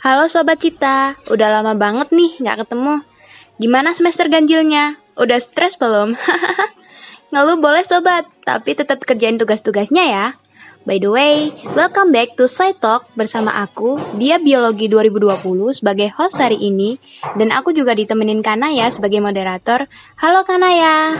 Halo Sobat Cita, udah lama banget nih gak ketemu. Gimana semester ganjilnya? Udah stres belum? Ngeluh boleh sobat, tapi tetap kerjain tugas-tugasnya ya. By the way, welcome back to Sci Talk bersama aku, Dia Biologi 2020 sebagai host hari ini. Dan aku juga ditemenin Kanaya sebagai moderator. Halo Kanaya.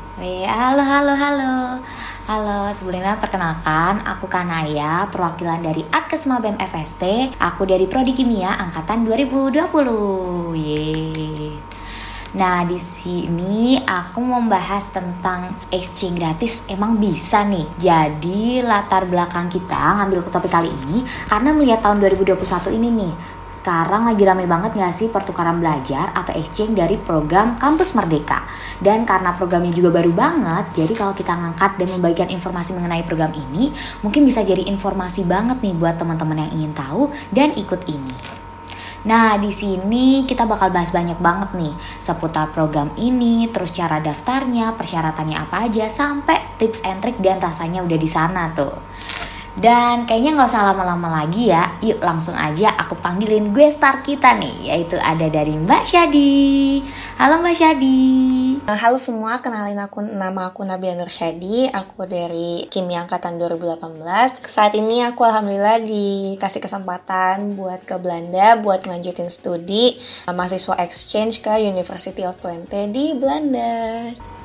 Halo, sebelumnya perkenalkan, aku Kanaya, perwakilan dari Adkesma BEM FST. Aku dari Prodi Kimia angkatan 2020. Yeay. Nah, di sini aku mau membahas tentang exchange gratis emang bisa nih. Jadi, latar belakang kita ngambil topik kali ini karena melihat tahun 2021 ini nih. Sekarang lagi rame banget gak sih pertukaran belajar atau exchange dari program Kampus Merdeka. Dan karena programnya juga baru banget, jadi kalau kita ngangkat dan membagikan informasi mengenai program ini, mungkin bisa jadi informasi banget nih buat teman-teman yang ingin tahu dan ikut ini. Nah, di sini kita bakal bahas banyak banget nih seputar program ini, terus cara daftarnya, persyaratannya apa aja, sampai tips and trick dan rasanya udah di sana tuh. Dan kayaknya gak usah lama-lama lagi ya. Yuk langsung aja aku panggilin gue star kita nih, yaitu ada dari Mbak Syadi. Halo Mbak Syadi. Halo semua, kenalin nama aku Nabila Nur Syadi. Aku dari Kimia Angkatan 2018. Saat ini aku alhamdulillah dikasih kesempatan buat ke Belanda, buat ngelanjutin studi mahasiswa exchange ke University of Twente di Belanda.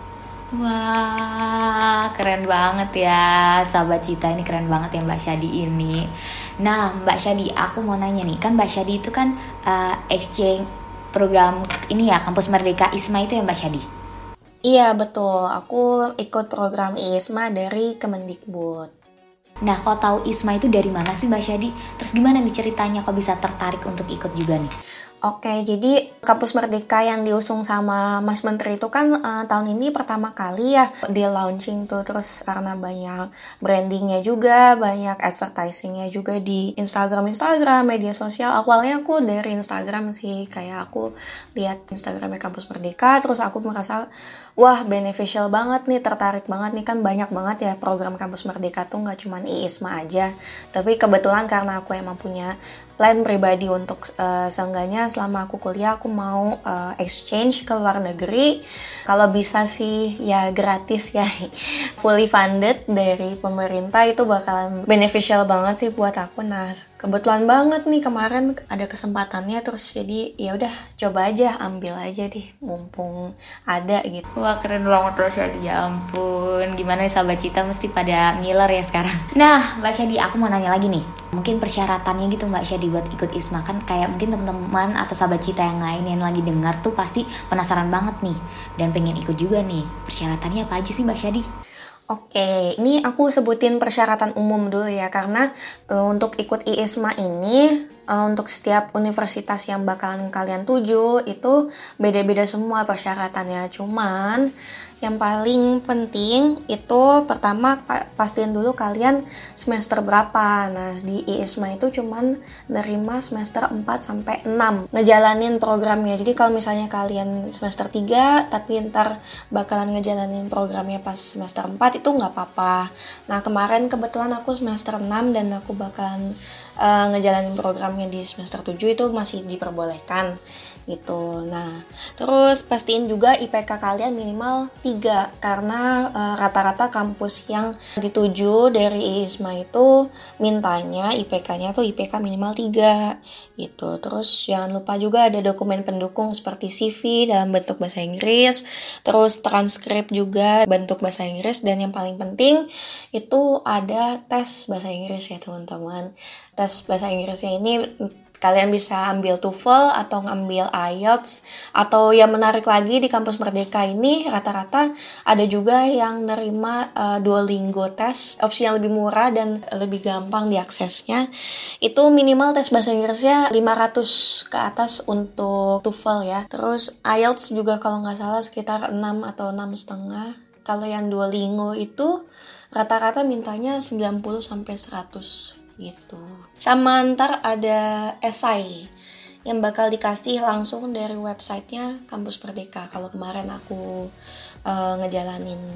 Wah, keren banget ya sahabat Cita, ini keren banget ya Mbak Syadi ini. Nah Mbak Syadi, aku mau nanya nih, kan Mbak Syadi itu kan exchange program ini ya, Kampus Merdeka ISMA itu ya Mbak Syadi? Iya betul, aku ikut program ISMA dari Kemendikbud. Nah, kok tahu ISMA itu dari mana sih Mbak Syadi? Terus gimana nih ceritanya kok bisa tertarik untuk ikut juga nih? Oke, jadi Kampus Merdeka yang diusung sama Mas Menteri itu kan tahun ini pertama kali ya di launching tuh. Terus karena banyak brandingnya juga, banyak advertisingnya juga di Instagram, media sosial. Awalnya aku dari Instagram sih, kayak aku lihat Instagramnya Kampus Merdeka, terus aku merasa wah beneficial banget nih, tertarik banget nih, kan banyak banget ya program Kampus Merdeka tuh, nggak cuma ISMA aja. Tapi kebetulan karena aku emang punya plan pribadi untuk seenggaknya selama aku kuliah aku mau exchange ke luar negeri. Kalau bisa sih ya gratis ya, fully funded dari pemerintah, itu bakalan beneficial banget sih buat aku. Nah, kebetulan banget nih kemarin ada kesempatannya, terus jadi ya udah coba aja, ambil aja deh mumpung ada gitu. Wah, keren banget loh Syadi, ya ampun. Gimana nih sahabat Cita, mesti pada ngiler ya sekarang. Nah Mbak Syadi, aku mau nanya lagi nih, mungkin persyaratannya gitu Mbak Syadi buat ikut ISMA. Kan kayak mungkin teman-teman atau sahabat Cita yang lain yang lagi dengar tuh pasti penasaran banget nih dan pengen ikut juga nih. Persyaratannya apa aja sih Mbak Syadi? Oke, ini aku sebutin persyaratan umum dulu ya, karena untuk ikut ISMA ini untuk setiap universitas yang bakalan kalian tuju itu beda-beda semua persyaratannya. Cuman yang paling penting itu pertama pastiin dulu kalian semester berapa. Nah, di ISMA itu cuman nerima semester 4 sampai 6 ngejalanin programnya. Jadi kalau misalnya kalian semester 3 tapi ntar bakalan ngejalanin programnya pas semester 4 itu nggak apa-apa. Nah, kemarin kebetulan aku semester 6 dan aku bakalan ngejalanin programnya di semester 7, itu masih diperbolehkan gitu. Nah, terus pastiin juga IPK kalian minimal 3, karena rata-rata kampus yang dituju dari ISMA itu mintanya IPK-nya tuh IPK minimal 3 gitu. Terus jangan lupa juga ada dokumen pendukung seperti CV dalam bentuk bahasa Inggris, terus transkrip juga bentuk bahasa Inggris, dan yang paling penting itu ada tes bahasa Inggris ya teman-teman. Tes bahasa Inggrisnya ini kalian bisa ambil TOEFL atau ngambil IELTS, atau yang menarik lagi di Kampus Merdeka ini rata-rata ada juga yang nerima Duolingo test, opsi yang lebih murah dan lebih gampang diaksesnya. Itu minimal tes bahasa Inggrisnya 500 ke atas untuk TOEFL ya. Terus IELTS juga kalau nggak salah sekitar 6 atau 6,5. Kalau yang Duolingo itu rata-rata mintanya 90 sampai 100 gitu. Sama ntar ada esai yang bakal dikasih langsung dari websitenya Kampus Merdeka. Kalau kemarin aku ngejalanin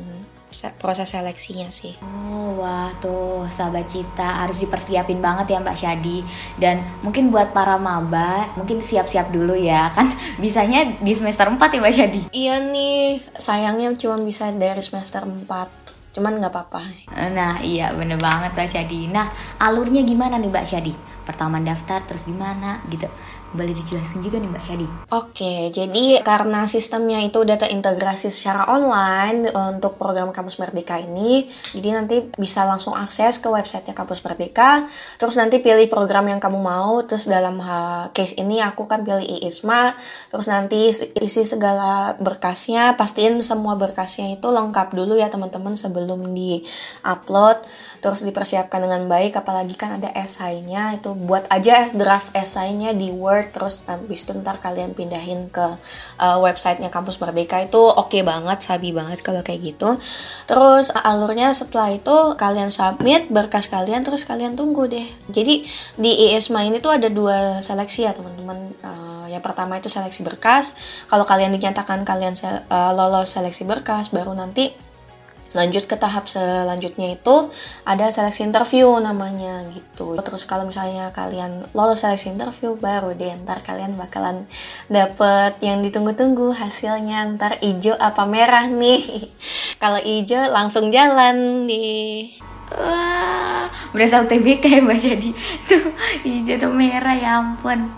proses seleksinya sih. Oh, wah tuh sahabat Cita harus dipersiapin banget ya Mbak Syadi. Dan mungkin buat para maba mungkin siap-siap dulu ya, kan bisanya di semester 4 ya Mbak Syadi. Iya nih, sayangnya cuma bisa dari semester 4, cuman nggak apa-apa. Nah iya bener banget Mbak Syadi. Nah alurnya gimana nih Mbak Syadi? Pertama daftar terus gimana gitu, boleh dijelasin juga nih Mbak Syadi? Oke, jadi karena sistemnya itu udah terintegrasi secara online untuk program Kampus Merdeka ini, jadi nanti bisa langsung akses ke websitenya Kampus Merdeka, terus nanti pilih program yang kamu mau, terus dalam case ini aku kan pilih IISMA, terus nanti isi segala berkasnya, pastiin semua berkasnya itu lengkap dulu ya teman-teman sebelum di-upload, terus dipersiapkan dengan baik, apalagi kan ada esainya, itu buat aja draft esainya di Word, terus habis itu ntar kalian pindahin ke websitenya Kampus Merdeka, itu oke banget, sabi banget kalau kayak gitu. Terus alurnya setelah itu kalian submit berkas kalian, terus kalian tunggu deh. Jadi di IISMA ini tuh ada 2 seleksi ya teman-teman. Yang pertama itu seleksi berkas, kalau kalian dinyatakan kalian lolos seleksi berkas, baru nanti lanjut ke tahap selanjutnya itu ada seleksi interview namanya gitu. Terus kalau misalnya kalian lolos seleksi interview, baru deh ntar kalian bakalan dapet yang ditunggu-tunggu hasilnya, ntar ijo apa merah nih. Kalau ijo langsung jalan nih. Wah, berasa UTBK ya Mbak Syadi. Tuh hijau tuh merah, ya ampun.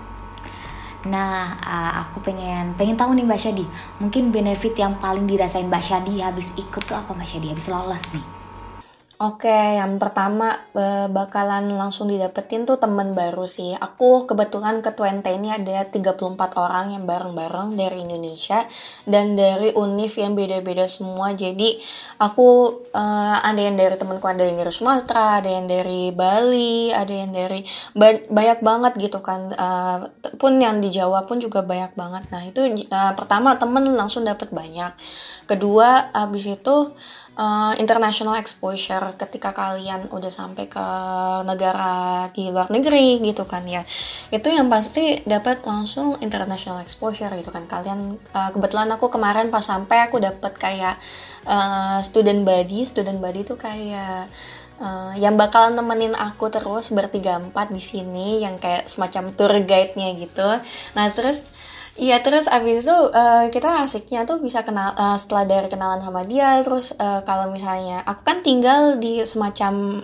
Nah, aku pengen tahu nih Mbak Syadi, mungkin benefit yang paling dirasain Mbak Syadi habis ikut tuh apa Mbak Syadi, habis lolos nih? Oke, yang pertama bakalan langsung didapetin tuh teman baru sih. Aku kebetulan ketua NT ini ada 34 orang yang bareng-bareng dari Indonesia dan dari univ yang beda-beda semua. Jadi aku ada yang dari temanku ada yang dari Sumatera, ada yang dari Bali, ada yang dari banyak banget gitu kan. Pun yang di Jawa pun juga banyak banget. Nah itu pertama temen langsung dapet banyak. Kedua abis itu international exposure ketika kalian udah sampai ke negara di luar negeri gitu kan ya, itu yang pasti dapat langsung international exposure gitu kan. Kalian kebetulan aku kemarin pas sampai aku dapat kayak student body itu kayak yang bakal nemenin aku terus bertiga-empat di sini, yang kayak semacam tour guide-nya gitu. Nah terus abis itu kita asiknya tuh bisa kenal setelah dari kenalan sama dia. Terus kalau misalnya aku kan tinggal di semacam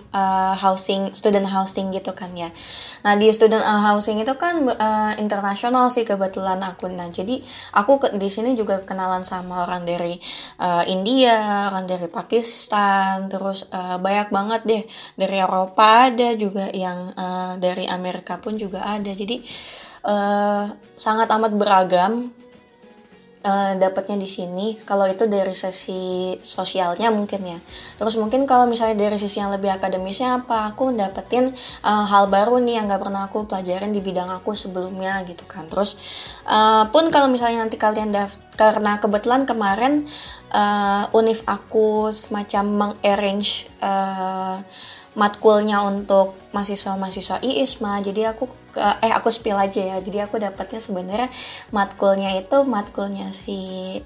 student housing gitu kan ya. Nah di student housing itu kan internasional sih kebetulan aku. Nah jadi aku di sini juga kenalan sama orang dari India, orang dari Pakistan, terus banyak banget deh dari Eropa, ada juga yang dari Amerika pun juga ada. Jadi sangat amat beragam dapatnya di sini. Kalau itu dari sisi sosialnya mungkin ya. Terus mungkin kalau misalnya dari sisi yang lebih akademisnya apa, aku dapetin hal baru nih yang nggak pernah aku pelajarin di bidang aku sebelumnya gitu kan. Terus pun kalau misalnya nanti kalian karena kebetulan kemarin univ aku semacam mengarrange matkulnya untuk mahasiswa IISMA, jadi aku spill aja ya. Jadi aku dapatnya sebenarnya matkulnya si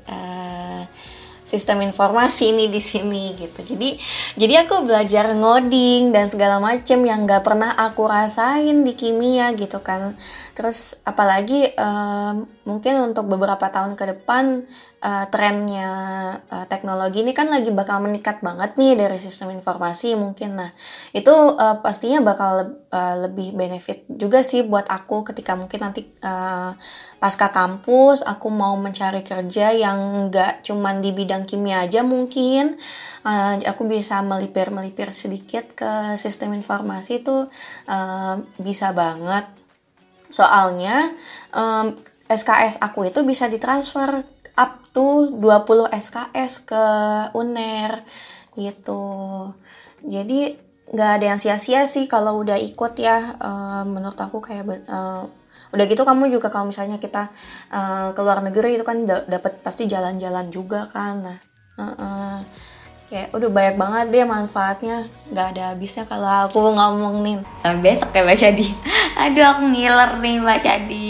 sistem informasi ini di sini gitu. Jadi aku belajar ngoding dan segala macem yang nggak pernah aku rasain di kimia gitu kan. Terus apalagi mungkin untuk beberapa tahun ke depan trennya teknologi ini kan lagi bakal meningkat banget nih dari sistem informasi mungkin. Nah itu pastinya bakal lebih benefit juga sih buat aku ketika mungkin nanti pasca kampus aku mau mencari kerja yang nggak cuman di bidang kimia aja. Mungkin aku bisa melipir sedikit ke sistem informasi itu bisa banget. Soalnya SKS aku itu bisa ditransfer up to 20 SKS ke UNER gitu. Jadi nggak ada yang sia-sia sih kalau udah ikut ya. Menurut aku kayak udah gitu kamu juga kalau misalnya kita ke luar negeri itu kan dapat pasti jalan-jalan juga kan. Nah kayak udah banyak banget deh manfaatnya, nggak ada habisnya kalau aku ngomongin. Sampai besok ya Mbak Syadi. Aduh aku ngiler nih Mbak Syadi.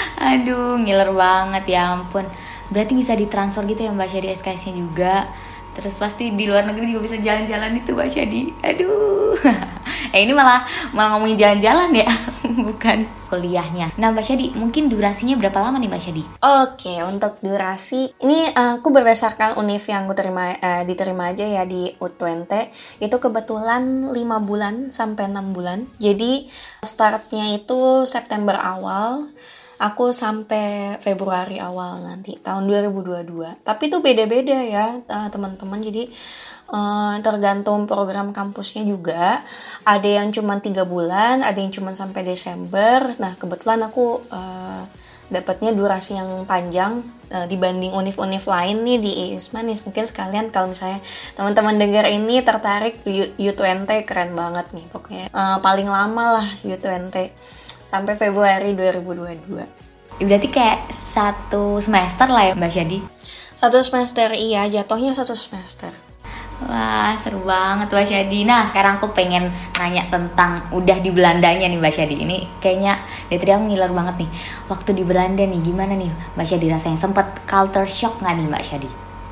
Aduh ngiler banget, ya ampun. Berarti bisa ditransfer gitu ya Mbak Syadi SKS-nya juga. Terus pasti di luar negeri juga bisa jalan-jalan itu Mbak Syadi. Aduh. Ini malah ngomongin jalan-jalan ya, bukan kuliahnya. Nah Mbak Syadi, mungkin durasinya berapa lama nih Mbak Syadi? Oke, untuk durasi ini aku berdasarkan univ yang aku diterima aja ya di U20. Itu kebetulan 5 bulan sampai 6 bulan. Jadi startnya itu September awal, aku sampai Februari awal nanti tahun 2022. Tapi itu beda-beda ya teman-teman. Jadi tergantung program kampusnya juga. Ada yang cuma 3 bulan, ada yang cuma sampai Desember. Nah kebetulan aku dapatnya durasi yang panjang dibanding univ-univ lain nih di ISMA nih. Mungkin sekalian kalau misalnya teman-teman dengar ini tertarik, U20 keren banget nih pokoknya. Paling lama lah U20 sampai Februari 2022. Berarti kayak 1 semester lah ya Mbak Syadi? 1 semester, iya, jatuhnya 1 semester. Wah seru banget Mbak Syadi. Nah sekarang aku pengen nanya tentang udah di Belandanya nih Mbak Syadi. Ini kayaknya dari tadi aku ngiler banget nih. Waktu di Belanda nih gimana nih Mbak Syadi rasanya? Sempet culture shock gak nih Mbak Syadi?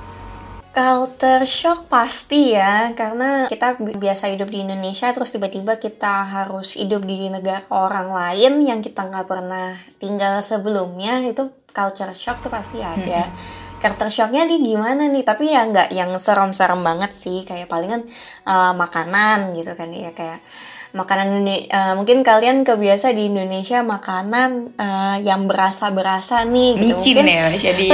Culture shock pasti ya, karena kita biasa hidup di Indonesia terus tiba-tiba kita harus hidup di negara orang lain yang kita nggak pernah tinggal sebelumnya. Itu culture shock tuh pasti ada. Culture shocknya nih gimana nih, tapi ya nggak yang serem-serem banget sih, kayak palingan makanan gitu kan ya, kayak makanan mungkin kalian kebiasa di Indonesia makanan yang berasa-berasa nih gitu. Micin mungkin ya jadi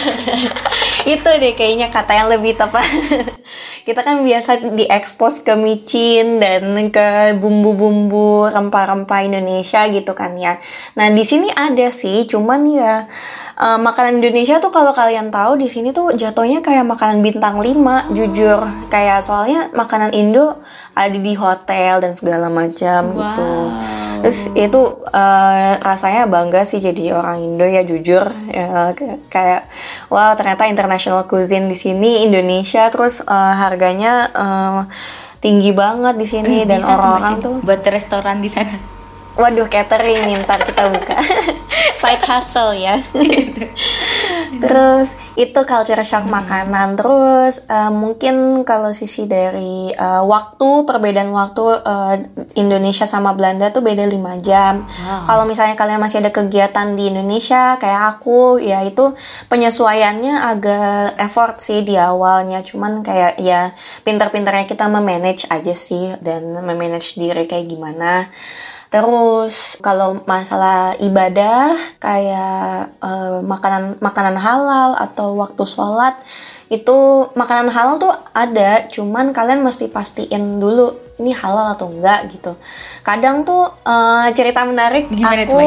itu deh kayaknya kata yang lebih tepat. Kita kan biasa diekspos ke micin dan ke bumbu-bumbu rempah-rempah Indonesia gitu kan ya. Nah di sini ada sih, cuman ya makanan Indonesia tuh kalau kalian tahu di sini tuh jatuhnya kayak makanan bintang 5, jujur. Kayak soalnya makanan Indo ada di hotel dan segala macam gitu. Terus itu rasanya bangga sih jadi orang Indo ya, jujur. Kayak wow, ternyata international cuisine di sini Indonesia, terus harganya tinggi banget di sini dan orang-orang tuh buat restoran di sana. Waduh, catering nih, ntar kita buka side hustle ya. Terus itu culture shock makanan. Terus mungkin kalau sisi dari waktu, perbedaan waktu Indonesia sama Belanda tuh beda 5 jam. Kalau misalnya kalian masih ada kegiatan di Indonesia kayak aku, ya itu penyesuaiannya agak effort sih di awalnya. Cuman kayak ya pinter-pinternya kita memanage aja sih, dan memanage diri kayak gimana. Terus kalau masalah ibadah kayak makanan halal atau waktu sholat, itu makanan halal tuh ada, cuman kalian mesti pastiin dulu ini halal atau enggak gitu. Kadang tuh cerita menarik, gimana aku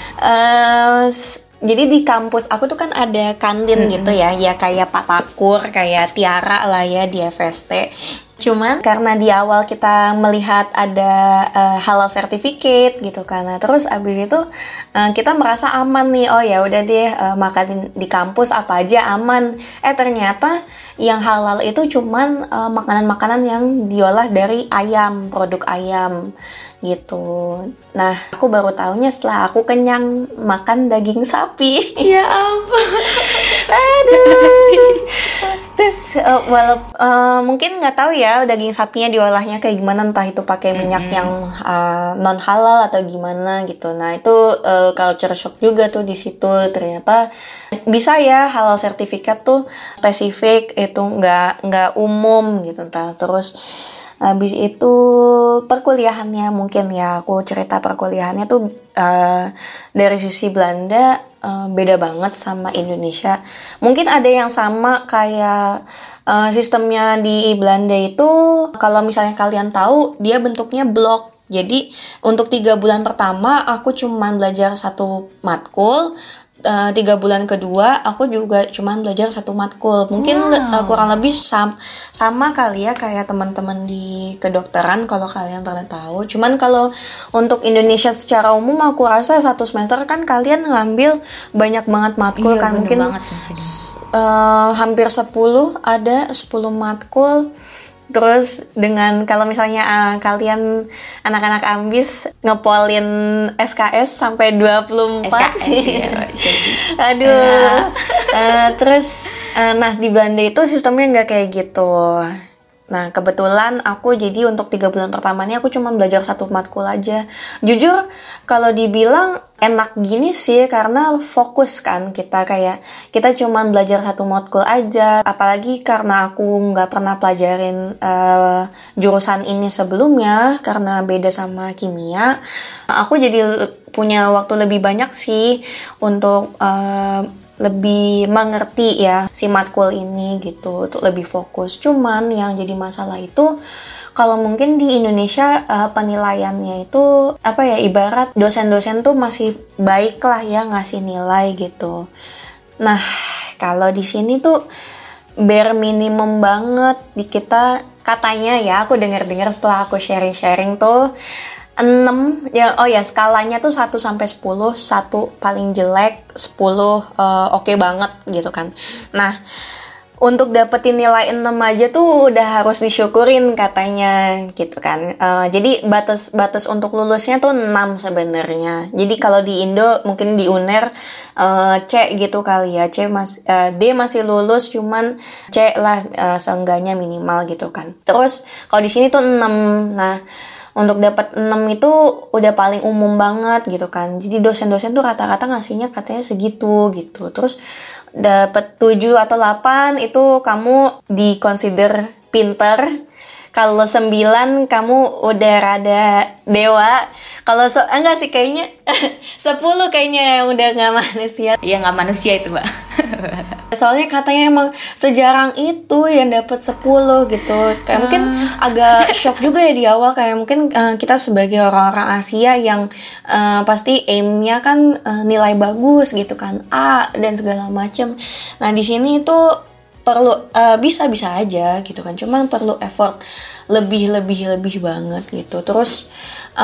jadi di kampus aku tuh kan ada kantin gitu ya, ya kayak Pak Takur, kayak Tiara lah ya di FST. Cuman karena di awal kita melihat ada halal certificate gitu kan, nah, terus abis itu kita merasa aman nih, oh ya udah deh makan di kampus apa aja aman. Ternyata yang halal itu cuman makanan-makanan yang diolah dari ayam, produk ayam gitu. Nah, aku baru tahunya setelah aku kenyang makan daging sapi. Ya ampun. Aduh. Terus mungkin nggak tahu ya daging sapinya diolahnya kayak gimana, entah itu pakai minyak yang non halal atau gimana gitu. Nah, itu culture shock juga tuh di situ. Ternyata bisa ya halal sertifikat tuh spesifik, itu nggak umum gitu. Terus habis itu perkuliahannya, mungkin ya aku cerita perkuliahannya tuh dari sisi Belanda beda banget sama Indonesia. Mungkin ada yang sama kayak sistemnya di Belanda itu, kalau misalnya kalian tahu dia bentuknya blok. Jadi untuk 3 bulan pertama aku cuman belajar 1 matkul. 3 bulan kedua aku juga cuman belajar 1 matkul. Mungkin kurang lebih sama kali ya kayak teman-teman di kedokteran kalau kalian pernah tahu. Cuman kalau untuk Indonesia secara umum aku rasa 1 semester kan kalian ngambil banyak banget matkul, kan mungkin hampir 10 matkul. Terus dengan kalau misalnya kalian anak-anak ambis ngepolin SKS sampai 24. SKS ya. Aduh. Terus nah di Belanda itu sistemnya nggak kayak gitu. Nah, kebetulan aku jadi untuk 3 bulan pertama ini aku cuma belajar satu matkul aja. Jujur, kalau dibilang enak gini sih karena fokus kan kita cuma belajar satu matkul aja. Apalagi karena aku nggak pernah pelajarin jurusan ini sebelumnya karena beda sama kimia. Aku jadi punya waktu lebih banyak sih untuk lebih mengerti ya si matkul ini gitu, untuk lebih fokus. Cuman yang jadi masalah itu kalau mungkin di Indonesia penilaiannya itu apa ya, ibarat dosen-dosen tuh masih baik lah ya ngasih nilai gitu. Nah, kalau di sini tuh bare minimum banget di kita katanya ya, aku dengar-dengar setelah aku sharing-sharing tuh 6 ya, skalanya tuh 1 sampai 10, 1 paling jelek, 10 oke banget gitu kan. Nah, untuk dapetin nilai 6 aja tuh udah harus disyukurin katanya gitu kan. Jadi batas untuk lulusnya tuh 6 sebenarnya. Jadi kalau di Indo mungkin di UNER C gitu kali ya. D masih lulus, cuman C lah seenggaknya minimal gitu kan. Terus kalau di sini tuh 6. Nah, untuk dapat 6 itu udah paling umum banget gitu kan. Jadi dosen-dosen tuh rata-rata ngasihnya katanya segitu gitu. Terus dapat 7 atau 8 itu kamu di-consider pinter. Kalau 9 kamu udah rada dewa. Kalau enggak sih, kayaknya 10 kayaknya yang udah gak manusia. Iya, gak manusia itu, Mbak. Soalnya katanya emang sejarang itu yang dapat 10 gitu. Kayak mungkin agak shock juga ya di awal, kayak mungkin kita sebagai orang-orang Asia yang pasti aim-nya kan nilai bagus gitu kan, A dan segala macem. Nah, di sini itu perlu bisa-bisa aja gitu kan. Cuman perlu effort lebih banget gitu. Terus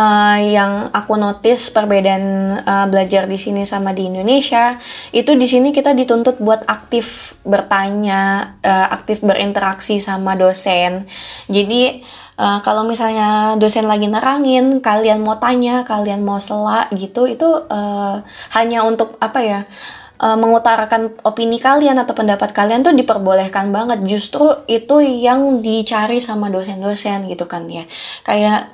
yang aku notice perbedaan belajar di sini sama di Indonesia itu, di sini kita dituntut buat aktif bertanya, aktif berinteraksi sama dosen. Jadi kalau misalnya dosen lagi nerangin, kalian mau tanya, kalian mau sela gitu, itu hanya untuk apa ya, mengutarakan opini kalian atau pendapat kalian tuh diperbolehkan banget. Justru itu yang dicari sama dosen-dosen gitu kan ya. Kayak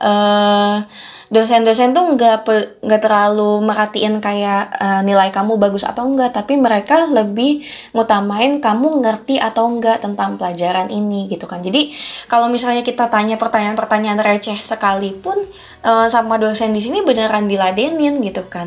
dosen-dosen tuh nggak terlalu merhatiin kayak nilai kamu bagus atau enggak, tapi mereka lebih ngutamain kamu ngerti atau enggak tentang pelajaran ini gitu kan. Jadi kalau misalnya kita tanya pertanyaan-pertanyaan receh sekalipun sama dosen di sini beneran diladenin gitu kan.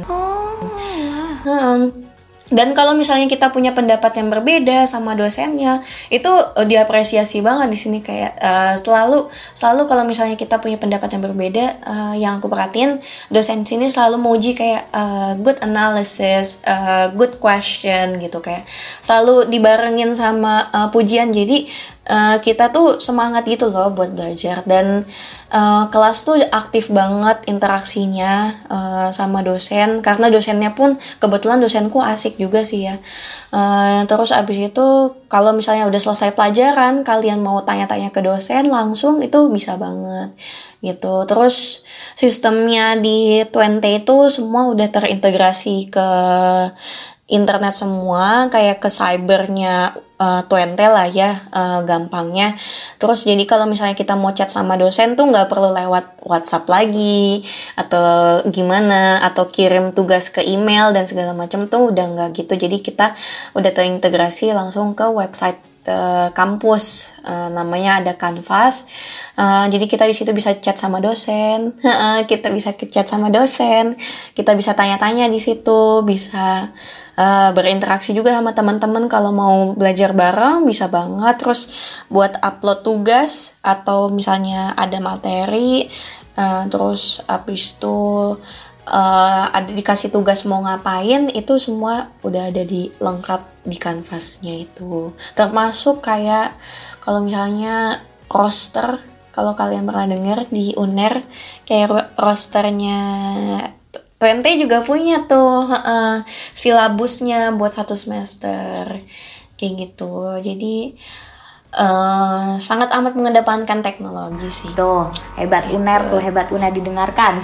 Dan kalau misalnya kita punya pendapat yang berbeda sama dosennya, itu diapresiasi banget di sini. Kayak selalu kalau misalnya kita punya pendapat yang berbeda, yang aku perhatiin dosen sini selalu menguji kayak good analysis, good question gitu, kayak selalu dibarengin sama pujian. Jadi kita tuh semangat gitu loh buat belajar. Dan kelas tuh aktif banget interaksinya sama dosen, karena dosennya pun kebetulan dosenku asik juga sih ya. Terus abis itu kalau misalnya udah selesai pelajaran, kalian mau tanya-tanya ke dosen langsung, itu bisa banget gitu. Terus sistemnya di Twente itu semua udah terintegrasi ke internet semua, kayak ke cybernya Twente lah ya, gampangnya. Terus jadi kalau misalnya kita mau chat sama dosen tuh nggak perlu lewat WhatsApp lagi atau gimana, atau kirim tugas ke email dan segala macam tuh udah nggak gitu. Jadi kita udah terintegrasi langsung ke website kampus, namanya ada Canvas. Jadi kita di situ bisa chat sama dosen, kita bisa chat sama dosen, kita bisa tanya-tanya di situ, bisa berinteraksi juga sama teman-teman. Kalau mau belajar bareng bisa banget. Terus buat upload tugas atau misalnya ada materi, terus abis itu ada dikasih tugas mau ngapain, itu semua udah ada di lengkap di kanvasnya itu. Termasuk kayak kalau misalnya roster, kalau kalian pernah dengar di UNER, kayak rosternya Twente juga punya tuh silabusnya buat 1 semester kayak gitu. Jadi sangat amat mengedepankan teknologi sih. Tuh, hebat UNER tuh, hebat UNER didengarkan.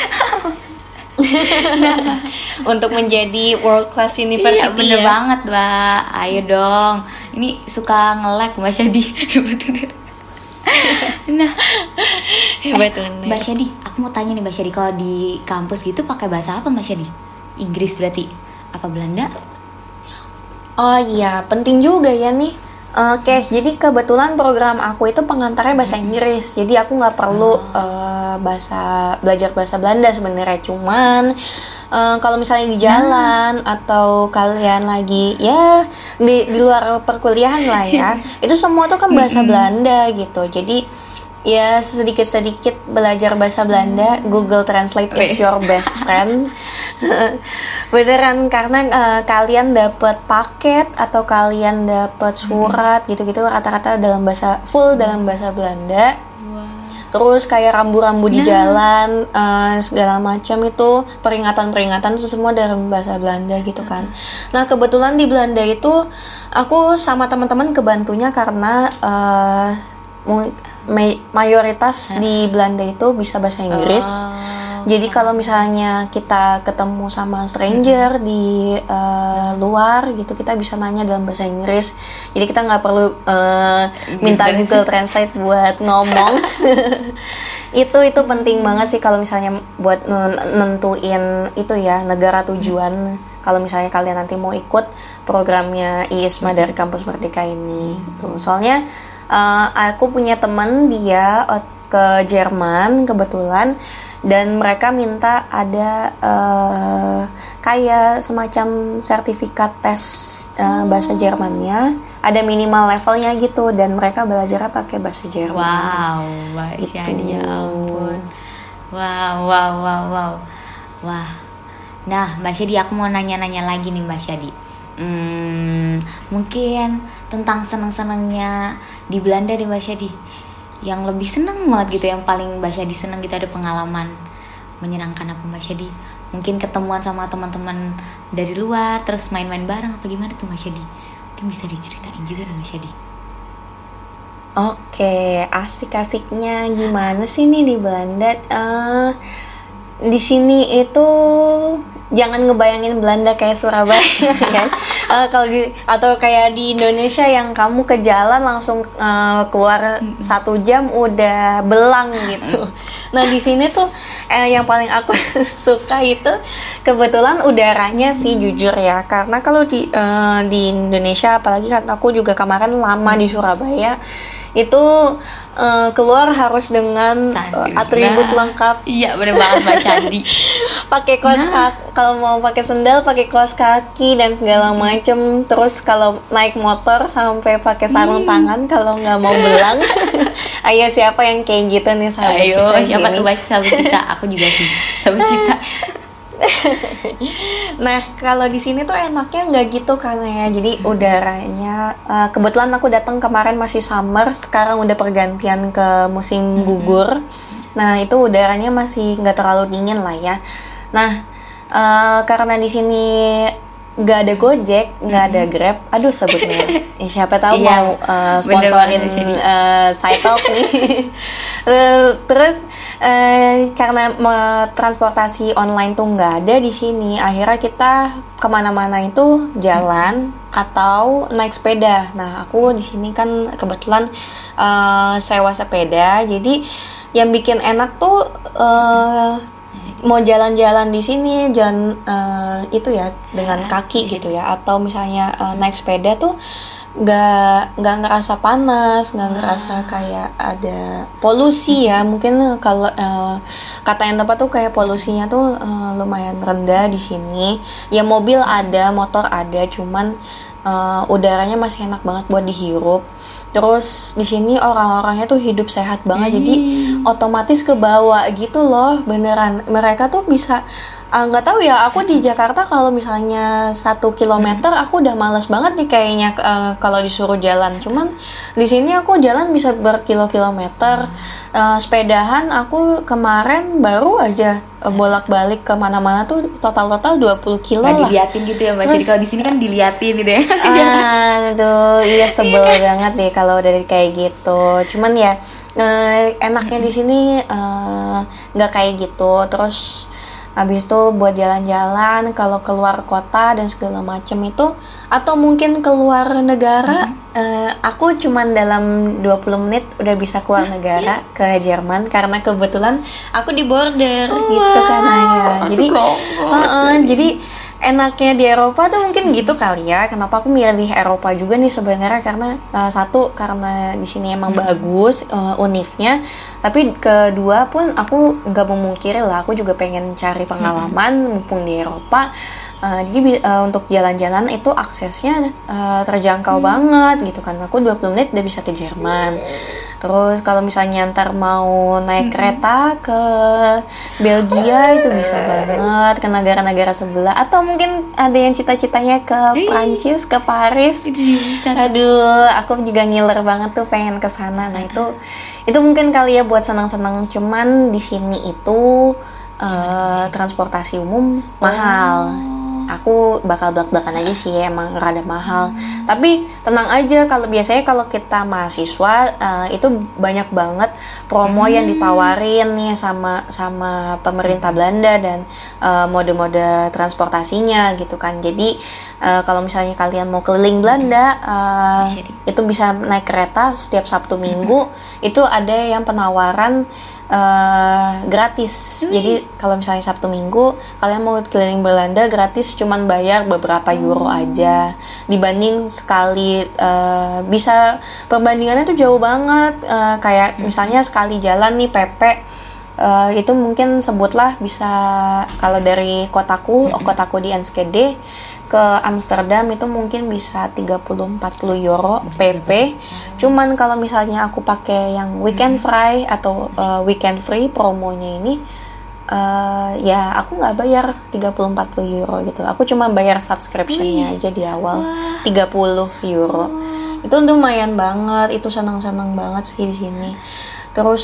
Untuk menjadi world class university. Iya, bener banget, Mbak. Ayo dong. Ini suka nge-lag Mbak Syadi. Hebat UNER. Nah, hebat UNER. Mbak Syadi, aku mau tanya nih Mbak Syadi, kalau di kampus gitu pakai bahasa apa Mbak Syadi? Inggris berarti? Apa Belanda? Oh iya, penting juga ya nih. Oke, jadi kebetulan program aku itu pengantarnya bahasa Inggris, jadi aku nggak perlu belajar bahasa Belanda sebenarnya. Cuman kalau misalnya di jalan atau kalian lagi ya di luar perkuliahan lah ya, itu semua tuh kan bahasa Belanda gitu. Jadi ya sedikit-sedikit belajar bahasa Belanda. Google Translate is your best friend. Beneran, karena kalian dapat paket atau kalian dapat surat gitu-gitu rata-rata full dalam bahasa Belanda. Terus kayak rambu-rambu di jalan, segala macam itu peringatan-peringatan itu semua dalam bahasa Belanda gitu kan. Nah kebetulan di Belanda itu aku sama teman-teman kebantunya karena mayoritas di Belanda itu bisa bahasa Inggris. Jadi kalau misalnya kita ketemu sama stranger di luar gitu, kita bisa nanya dalam bahasa Inggris. Jadi kita nggak perlu minta Google Translate buat ngomong. itu penting banget sih kalau misalnya buat nentuin itu ya negara tujuan. Kalau misalnya kalian nanti mau ikut programnya IISMA dari Kampus Merdeka ini gitu. Soalnya aku punya teman dia ke Jerman kebetulan, dan mereka minta ada kayak semacam sertifikat tes bahasa Jermannya, ada minimal levelnya gitu, dan mereka belajarnya pakai bahasa Jerman. Wow, Mbak Syadi, ya ampun. Wow. Wah. Nah, Mbak Syadi, aku mau nanya-nanya lagi nih Mbak Syadi. Mungkin tentang senang-senangnya di Belanda nih Mbak Syadi, yang lebih seneng banget gitu, yang paling Mbak Syadi seneng gitu, ada pengalaman menyenangkan apa Mbak Syadi? Mungkin ketemuan sama teman-teman dari luar, terus main-main bareng, apa gimana tuh Mbak Syadi? Mungkin bisa diceritain juga Mbak Syadi. Oke, asik-asiknya gimana sih nih di Belanda? Di sini itu jangan ngebayangin Belanda kayak Surabaya kan. Kalau atau kayak di Indonesia yang kamu ke jalan langsung keluar 1 jam udah belang gitu. Nah di sini tuh yang paling aku suka itu kebetulan udaranya sih, jujur ya. Karena kalau di Indonesia, apalagi kan aku juga kemarin lama di Surabaya, itu keluar harus dengan atribut lengkap. Iya, bener banget Mbak Syadi. Pakai kaos kaki, kalau mau pakai sendal pakai kaos kaki dan segala macem. Terus kalau naik motor sampai pakai sarung tangan kalau nggak mau belang. Ayo siapa yang kayak gitu nih, sahabat Ayo, Cita? siapa tuh sahabat Cita? Aku juga sih sahabat Cita. Nah kalau di sini tuh enaknya nggak gitu karena ya, jadi udaranya kebetulan aku datang kemarin masih summer, sekarang udah pergantian ke musim gugur. Nah itu udaranya masih nggak terlalu dingin lah ya. Nah karena di sini nggak ada Gojek, nggak ada Grab, aduh sebutnya siapa tahu mau sponsorin Cytalk nih. Terus karena transportasi online tuh nggak ada di sini, akhirnya kita kemana-mana itu jalan atau naik sepeda. Nah aku di sini kan kebetulan sewa sepeda, jadi yang bikin enak tuh mau jalan-jalan di sini jalan itu ya dengan kaki gitu ya, atau misalnya naik sepeda tuh nggak ngerasa panas, nggak ngerasa kayak ada polusi ya. Mungkin kalau kata yang tepat tuh kayak polusinya tuh lumayan rendah di sini. Ya mobil ada, motor ada, cuman udaranya masih enak banget buat dihirup. Terus di sini orang-orangnya tuh hidup sehat banget, jadi otomatis kebawa gitu loh, beneran. Mereka tuh bisa Nggak tahu ya, aku di Jakarta kalau misalnya 1 kilometer aku udah males banget nih kayaknya kalau disuruh jalan. Cuman di sini aku jalan bisa berkilo-kilometer. Sepedahan aku kemarin baru aja bolak-balik kemana-mana tuh total 20 kilo Nggak lah. diliatin gitu ya Mbak Syedi. Kalau di sini kan diliatin gitu ya. Aduh, iya sebel banget deh kalau udah kayak gitu. Cuman ya enaknya di sini nggak kayak gitu. Terus habis itu buat jalan-jalan kalau keluar kota dan segala macam itu, atau mungkin keluar negara, aku cuman dalam 20 menit udah bisa keluar negara ke Jerman karena kebetulan aku di border gitu kan ya. Jadi enaknya di Eropa tuh mungkin gitu kali ya. Kenapa aku milih Eropa juga nih sebenarnya, karena satu karena di sini emang bagus univnya, tapi kedua pun aku nggak memungkiri lah, aku juga pengen cari pengalaman mumpung di Eropa. Jadi untuk jalan-jalan itu aksesnya terjangkau banget gitu kan. Aku 20 menit udah bisa ke Jerman. Terus kalau misalnya ntar mau naik kereta ke Belgia itu bisa banget, ke negara-negara sebelah. Atau mungkin ada yang cita-citanya ke Prancis, ke Paris. Itu juga bisa. Aduh, aku juga ngiler banget tuh pengen ke sana. Nah itu mungkin kali ya buat senang-senang. Cuman di sini itu transportasi umum mahal. Aku bakal belak-belakan aja sih, emang rada mahal. Tapi tenang aja, biasanya kalau kita mahasiswa itu banyak banget promo yang ditawarin nih sama pemerintah Belanda dan mode-mode transportasinya gitu kan. Jadi kalau misalnya kalian mau keliling Belanda, itu bisa naik kereta setiap Sabtu Minggu. Itu ada yang penawaran gratis. Jadi kalau misalnya Sabtu Minggu kalian mau keliling Belanda gratis, cuman bayar beberapa euro aja. Dibanding sekali bisa perbandingannya tuh jauh banget. Kayak misalnya sekali jalan nih PP itu mungkin sebutlah bisa, kalau dari kotaku di Enschede ke Amsterdam itu mungkin bisa 30-40 euro PP. Cuman kalau misalnya aku pakai yang weekend free atau weekend free promonya ini, ya aku nggak bayar 30-40 euro gitu. Aku cuma bayar subscriptionnya aja di awal 30 euro. Itu lumayan banget, itu senang-senang banget sih di sini. Terus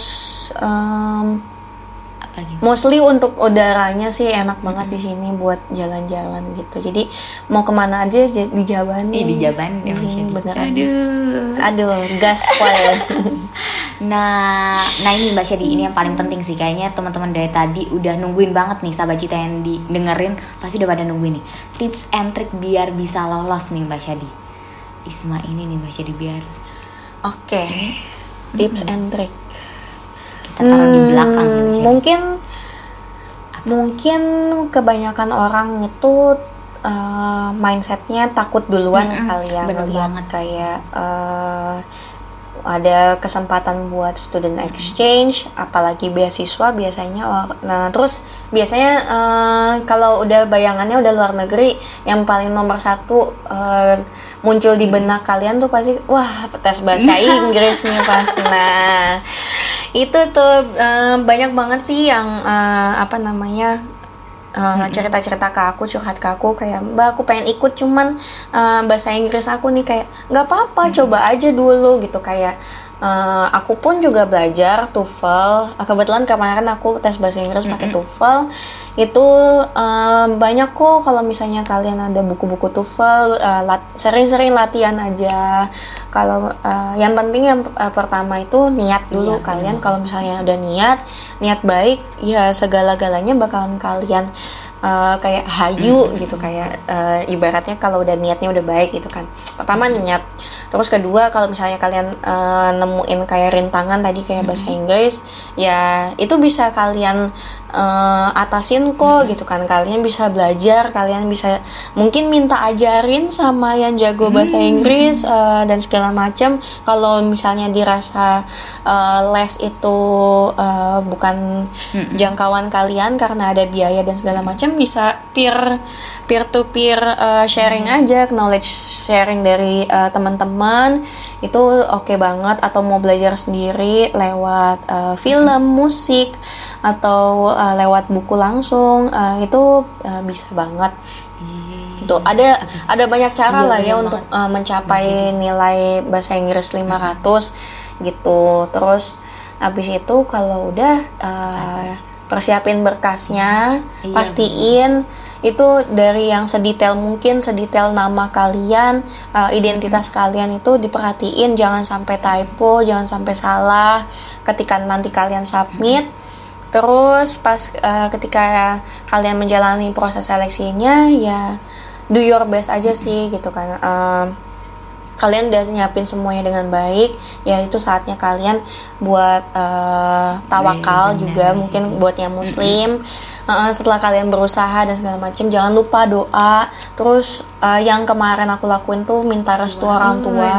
mostly untuk udaranya sih enak banget di sini buat jalan-jalan gitu. Jadi mau kemana aja dijabanin. Dijabanin di sini beneran. Aduh, gas pol. Nah ini Mbak Syedi, ini yang paling penting sih. Kayaknya teman-teman dari tadi udah nungguin banget nih, sahabat Cita yang dengerin pasti udah pada nungguin nih. Tips and trick biar bisa lolos nih Mbak Syedi. Isma ini nih Mbak Syedi biar. Oke. Tips and trick. Kita taruh di belakang. Mungkin kebanyakan orang itu mindsetnya takut duluan kali ya, ngelihat kayak ada kesempatan buat student exchange, apalagi beasiswa biasanya. Nah terus biasanya kalau udah bayangannya udah luar negeri, yang paling nomor satu muncul di benak kalian tuh pasti, wah tes bahasa Inggris nih pasti. Nah itu tuh banyak banget sih yang cerita-cerita ke aku, curhat ke aku kayak, Mbak aku pengen ikut cuman bahasa Inggris aku nih kayak nggak apa-apa, coba aja dulu gitu. Kayak aku pun juga belajar TOEFL. Kebetulan kemarin aku tes bahasa Inggris pakai TOEFL. Itu banyak kok, kalau misalnya kalian ada buku-buku TOEFL, sering-sering latihan aja. Kalau yang penting yang pertama itu niat dulu kalian. Kalau misalnya udah niat baik, ya segala-galanya bakalan kalian kayak hayu gitu. Kayak ibaratnya kalau udah niatnya udah baik gitu kan. Pertama niat. Terus kedua, kalau misalnya kalian nemuin kayak rintangan tadi kayak bahasa Inggris, ya itu bisa kalian atasin kok gitu kan. Kalian bisa belajar, kalian bisa mungkin minta ajarin sama yang jago bahasa Inggris dan segala macam. Kalau misalnya dirasa les itu bukan jangkauan kalian karena ada biaya dan segala macam, bisa peer to peer sharing aja, knowledge sharing dari teman-teman teman-teman itu oke banget, atau mau belajar sendiri lewat film, musik, atau lewat buku langsung, itu bisa banget. Itu ada banyak cara lah ya untuk mencapai nilai bahasa Inggris 500 gitu. Terus habis itu kalau udah persiapin berkasnya, pastiin itu dari yang sedetail mungkin, sedetail nama kalian, identitas kalian itu diperhatiin, jangan sampai typo, jangan sampai salah ketika nanti kalian submit. Terus pas ketika kalian menjalani proses seleksinya, ya do your best aja sih gitu kan. Kalian udah nyiapin semuanya dengan baik, ya itu saatnya kalian buat tawakal juga, mungkin buat yang muslim. Setelah kalian berusaha dan segala macam, jangan lupa doa. Terus yang kemarin aku lakuin tuh minta restu orang tua.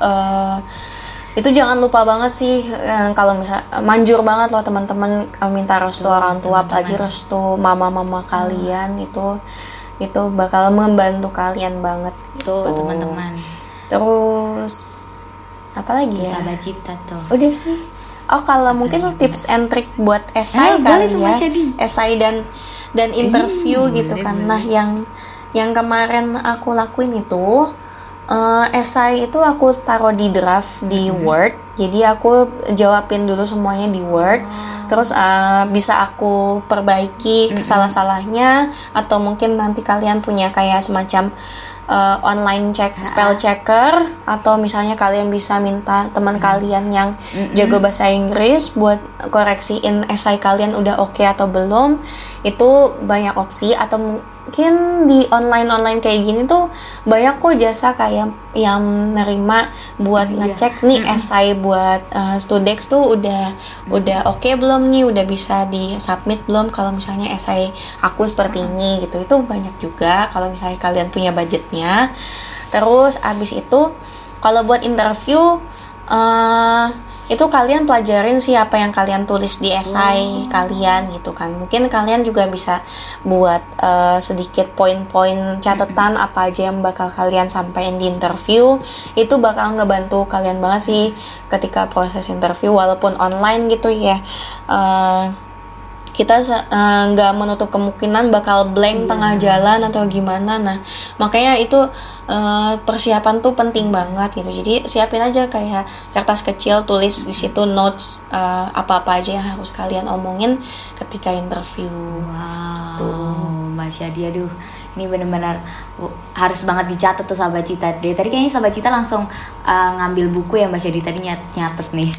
Itu jangan lupa banget sih, kalau misal manjur banget loh teman-teman minta restu orang tua, apalagi restu mama-mama kalian, itu bakal membantu kalian banget Tuh gitu. teman-teman. Terus apa lagi ya? Sahabat Cita tuh. Udah sih. Oh, kalau mungkin tips and trick buat esai boleh kali tuh, ya. Mas Yadi. Esai dan interview gitu kan. Nah, yang kemarin aku lakuin itu esai itu aku taruh di draft di Word. Jadi aku jawabin dulu semuanya di Word. Terus bisa aku perbaiki salah-salahnya, atau mungkin nanti kalian punya kayak semacam online spell checker, atau misalnya kalian bisa minta teman kalian yang jago bahasa Inggris buat koreksiin esai kalian udah oke atau belum. Itu banyak opsi. Atau mungkin di online kayak gini tuh banyak kok jasa kayak yang nerima buat ngecek nih esai buat Studex tuh udah oke belum nih, udah bisa di submit belum kalau misalnya esai aku seperti ini gitu. Itu banyak juga kalau misalnya kalian punya budgetnya. Terus abis itu kalau buat interview itu kalian pelajarin sih apa yang kalian tulis di esai kalian gitu kan. Mungkin kalian juga bisa buat sedikit poin-poin catatan apa aja yang bakal kalian sampaikan di interview. Itu bakal ngebantu kalian banget sih ketika proses interview, walaupun online gitu ya. Kita nggak menutup kemungkinan bakal blank tengah jalan atau gimana. Nah, makanya itu persiapan tuh penting banget gitu. Jadi siapin aja kayak kertas kecil, tulis di situ notes apa-apa aja yang harus kalian omongin ketika interview. Wow, Mbak Syadi, aduh, ini benar-benar harus banget dicatat tuh sahabat Cita. Dari tadi kayaknya sahabat Cita langsung ngambil buku yang Mbak Syadi tadi nyatet nih.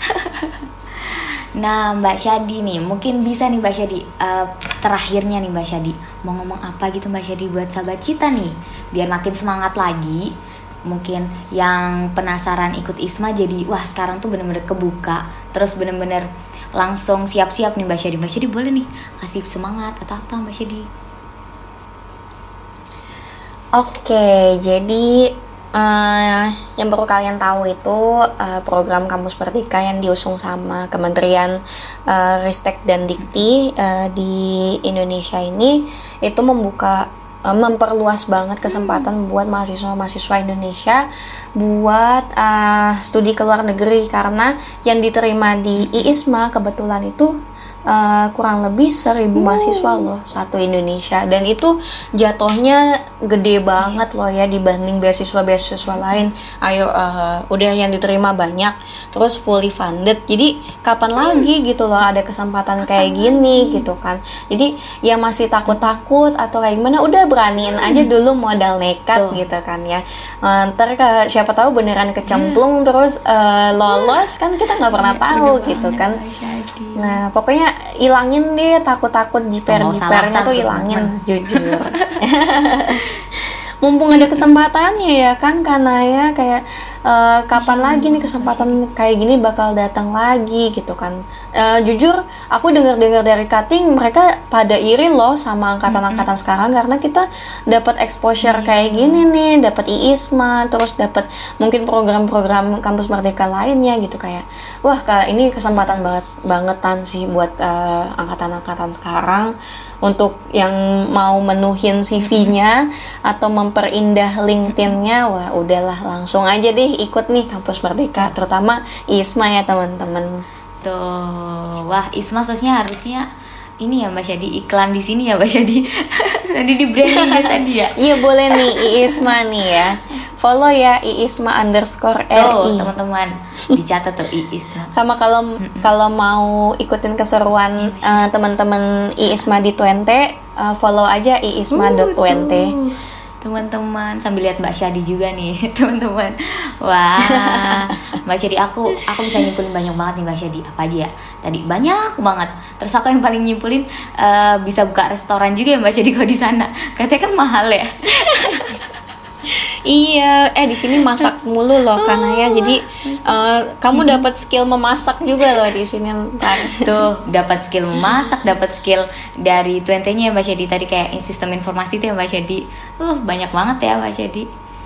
Nah, Mbak Syadi nih, mungkin bisa nih Mbak Syadi, terakhirnya nih Mbak Syadi, mau ngomong apa gitu Mbak Syadi buat sahabat Cita nih, biar makin semangat lagi. Mungkin yang penasaran ikut ISMA jadi, wah sekarang tuh bener-bener kebuka, terus bener-bener langsung siap-siap nih Mbak Syadi. Mbak Syadi boleh nih kasih semangat atau apa Mbak Syadi? Oke, jadi yang perlu kalian tahu itu program Kampus Merdeka yang diusung sama Kementerian Ristek dan Dikti di Indonesia ini itu memperluas banget kesempatan buat mahasiswa-mahasiswa Indonesia buat studi ke luar negeri, karena yang diterima di IISMA kebetulan itu kurang lebih 1.000 mahasiswa loh satu Indonesia, dan itu jatuhnya gede banget loh ya dibanding beasiswa lain. Ayo udah yang diterima banyak, terus fully funded, jadi kapan lagi gitu loh ada kesempatan kayak gini gitu kan. Jadi yang masih takut-takut atau kayak gimana, udah beraniin aja dulu modal nekat gitu kan ya. Ntar siapa tahu beneran kecemplung terus lolos kan, kita nggak pernah tahu gitu kan. Nah pokoknya ilangin deh takut-takut, jiper-jipernya tuh ilangin jujur. Mumpung ada kesempatannya ya kan, karena ya kayak kapan lagi nih kesempatan kayak gini bakal datang lagi gitu kan. Jujur aku dengar dari cutting mereka pada iri loh sama angkatan-angkatan sekarang, karena kita dapat exposure kayak gini nih, dapat IISMA, terus dapat mungkin program-program Kampus Merdeka lainnya gitu. Kayak wah ini kesempatan bangetan sih buat angkatan-angkatan sekarang untuk yang mau menuhin CV-nya atau memperindah LinkedIn-nya. Wah udahlah langsung aja deh nih ikut nih Kampus Merdeka, terutama ISMA ya teman-teman. Tuh, wah Isma sosnya harusnya ini ya Mbak Syadi, iklan di sini ya Mbak Syadi. Tadi di branding ya tadi ya. Iya boleh nih IISMA nih ya. Follow ya IISMA_RI. Tuh teman-teman dicatat tuh IISMA. Sama kalau mau ikutin keseruan teman-teman IISMA di Twente, follow aja iisma.twente. Teman-teman sambil lihat Mbak Syadi juga nih teman-teman. Wah Mbak Syadi, aku bisa nyimpulin banyak banget nih Mbak Syadi. Apa aja ya tadi, banyak banget. Terus aku yang paling nyimpulin bisa buka restoran juga ya Mbak Syadi kalau di sana, katanya kan mahal ya. Iya, di sini masak mulu loh Kanaya. Jadi kamu dapat skill memasak juga loh di sini ntar. Tuh, dapat skill memasak, dapat skill dari Twente-nya ya Mbak Syadi tadi, kayak sistem informasi tuh ya Mbak Syadi. Banyak banget ya Mbak Syadi.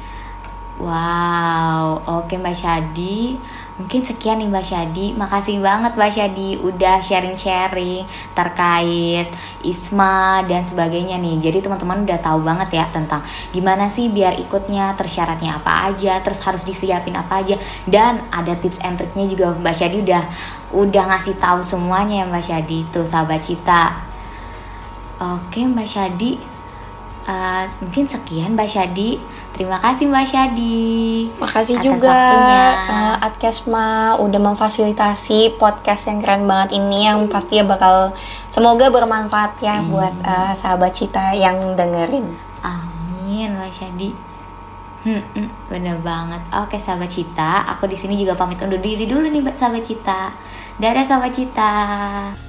Wow, oke Mbak Syadi. Mungkin sekian nih Mbak Syadi. Makasih banget Mbak Syadi udah sharing-sharing terkait ISMA dan sebagainya nih. Jadi teman-teman udah tahu banget ya tentang gimana sih biar ikutnya, terus syaratnya apa aja, terus harus disiapin apa aja, dan ada tips and triknya juga Mbak Syadi udah ngasih tahu semuanya ya Mbak Syadi. Tuh sahabat Cita. Oke Mbak Syadi. Mungkin sekian Mbak Syadi. Terima kasih Mbak Syadi. Makasih atas juga waktunya. Adkesma udah memfasilitasi podcast yang keren banget ini, yang pasti ya bakal semoga bermanfaat ya buat sahabat Cita yang dengerin. Amin Mbak Syadi. Bener banget. Oke sahabat Cita, aku di sini juga pamit undur diri dulu nih buat sahabat Cita. Dadah sahabat Cita.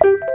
you.